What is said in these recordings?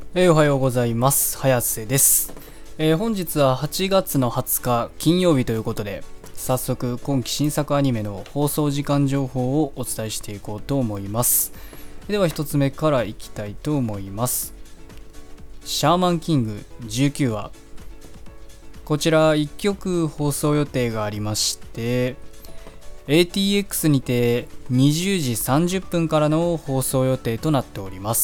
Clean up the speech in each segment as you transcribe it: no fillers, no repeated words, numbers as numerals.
おはようございます。早瀬です。本日は8月の20日金曜日ということで、早速今期新作アニメの放送時間情報をお伝えしていこうと思います。では1つ目からいきたいと思います。シャーマンキング19話。こちら1曲放送予定がありまして、ATX にて20時30分からの放送予定となっております。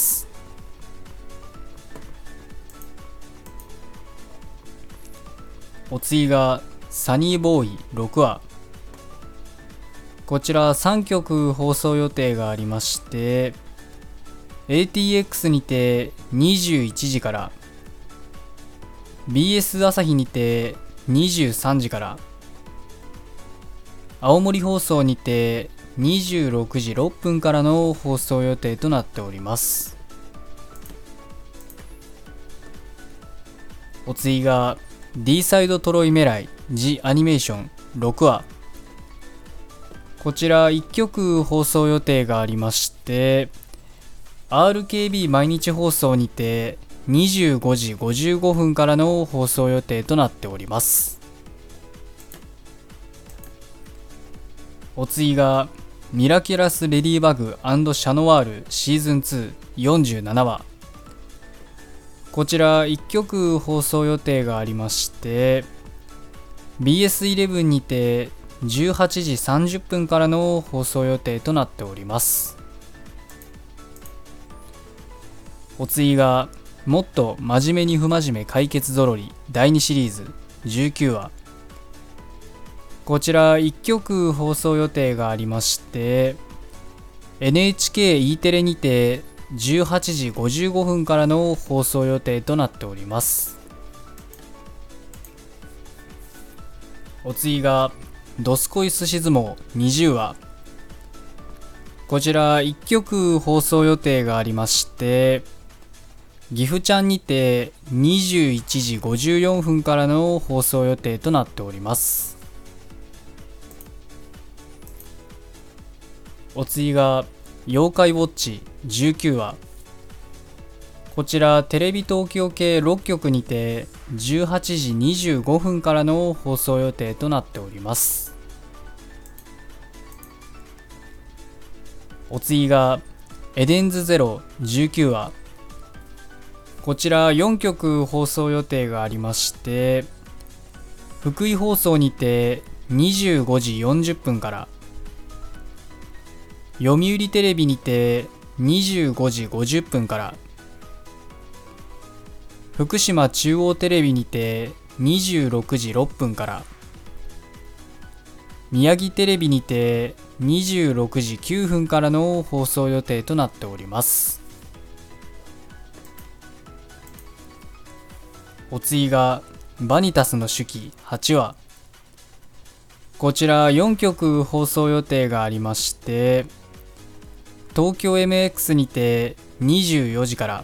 お次がサニーボーイ6話。こちら3曲放送予定がありまして、ATX にて21時から、BS 朝日にて23時から、青森放送にて26時6分からの放送予定となっております。お次がD サイドトロイメライ The アニメーション6話。こちら1曲放送予定がありまして、RKB 毎日放送にて25時55分からの放送予定となっております。お次がミラキュラスレディバグ&シャノワールシーズン2 47話。こちら1曲放送予定がありまして、 BS11 にて18時30分からの放送予定となっております。お次がもっと真面目に不真面目解決ぞろり第2シリーズ19話。こちら1曲放送予定がありまして、 NHKE テレにて18時55分からの放送予定となっております。お次がドスコイ寿司相撲20話。こちら1曲放送予定がありまして、岐阜ちゃんにて21時54分からの放送予定となっております。お次が妖怪ウォッチ19話。こちらテレビ東京系6局にて18時25分からの放送予定となっております。お次がエデンズゼロ19話。こちら4局放送予定がありまして、福井放送にて25時40分から、読売テレビにて25時50分から、福島中央テレビにて26時6分から、宮城テレビにて26時9分からの放送予定となっております。お次がバニタスの手記8話。こちら4局放送予定がありまして、東京 MX にて24時から、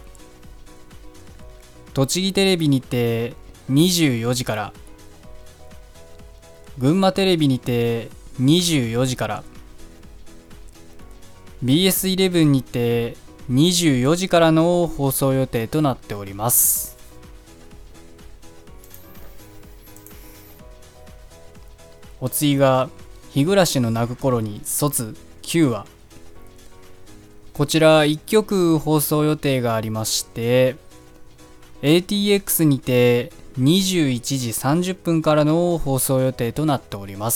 栃木テレビにて24時から、群馬テレビにて24時から、BS11 にて24時からの放送予定となっております。お次が日暮の泣く頃に卒9話。こちら1曲放送予定がありまして、ATX にて21時30分からの放送予定となっております。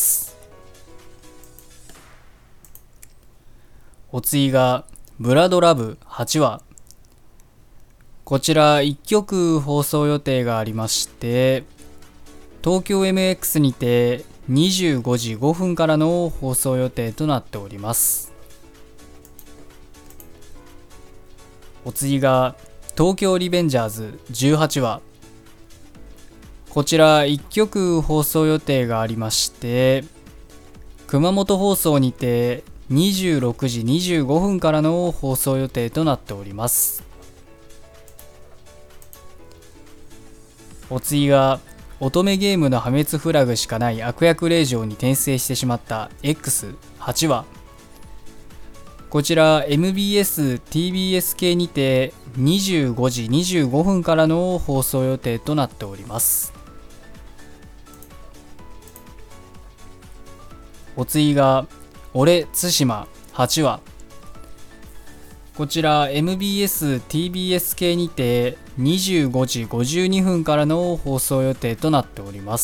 お次がブラドラブ8話。こちら1曲放送予定がありまして、東京 MX にて25時5分からの放送予定となっております。お次が東京リベンジャーズ18話。こちら1曲放送予定がありまして、熊本放送にて26時25分からの放送予定となっております。お次が乙女ゲームの破滅フラグしかない悪役令嬢に転生してしまった X8 話。こちら MBS、TBS 系にて 25時25分からの放送予定となっております。お次が俺対馬8話。こちら MBS、TBS 系にて25時52分からの放送予定となっております。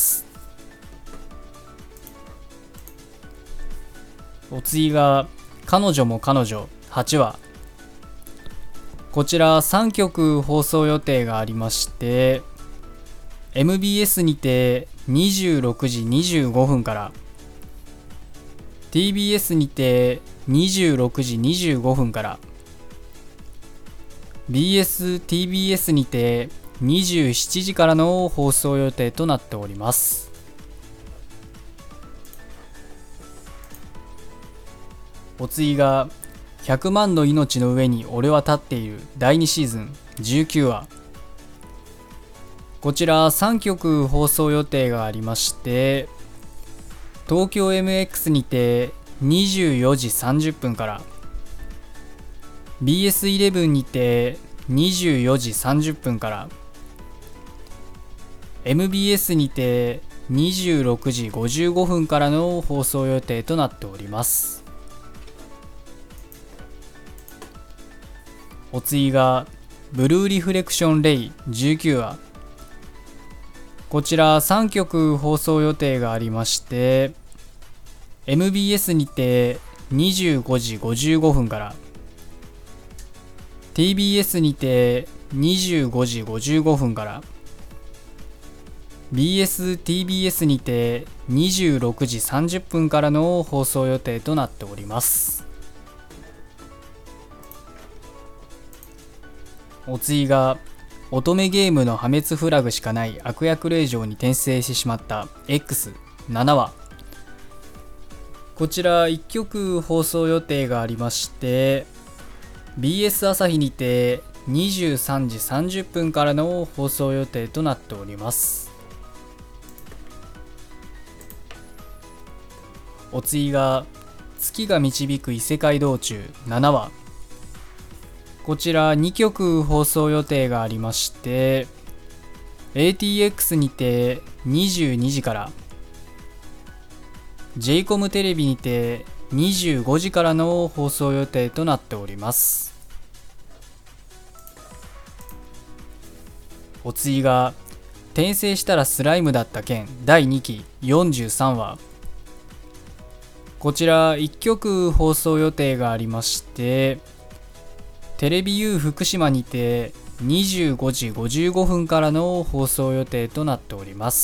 お次が彼女も彼女8話。こちら3曲放送予定がありまして、MBS にて26時25分から、TBS にて26時25分から、BS、TBS にて27時からの放送予定となっております。お次が100万の命の上に俺は立っている第2シーズン19話。こちら3曲放送予定がありまして、東京 MX にて24時30分から、BS11 にて24時30分から、MBS にて26時55分からの放送予定となっております。お次がブルーリフレクションレイ19話。こちら3曲放送予定がありまして、MBS にて25時55分から、TBS にて25時55分から、BS、TBS にて26時30分からの放送予定となっております。お次が乙女ゲームの破滅フラグしかない悪役令嬢に転生してしまった X7 話。こちら1曲放送予定がありまして、BS 朝日にて23時30分からの放送予定となっております。お次が月が導く異世界道中7話。こちら2曲放送予定がありまして、ATX にて22時から、JCOM テレビにて25時からの放送予定となっております。お次が転生したらスライムだった件第2期43話。こちら1曲放送予定がありまして、テレビ U 福島にて25時55分からの放送予定となっております。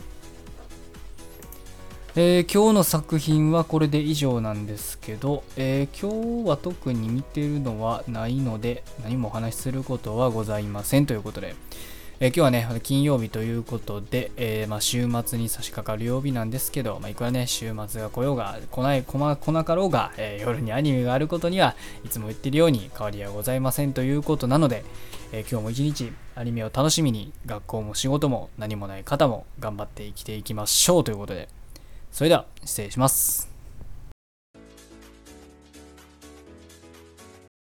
今日の作品はこれで以上なんですけど、今日は特に見てるのはないので何もお話しすることはございませんということで、今日はね金曜日ということで、週末に差し掛かる曜日なんですけど、いくらね週末が来ようが来なかろうが、夜にアニメがあることにはいつも言ってるように変わりはございませんということなので、今日も一日アニメを楽しみに学校も仕事も何もない方も頑張って生きていきましょうということで、それでは失礼します。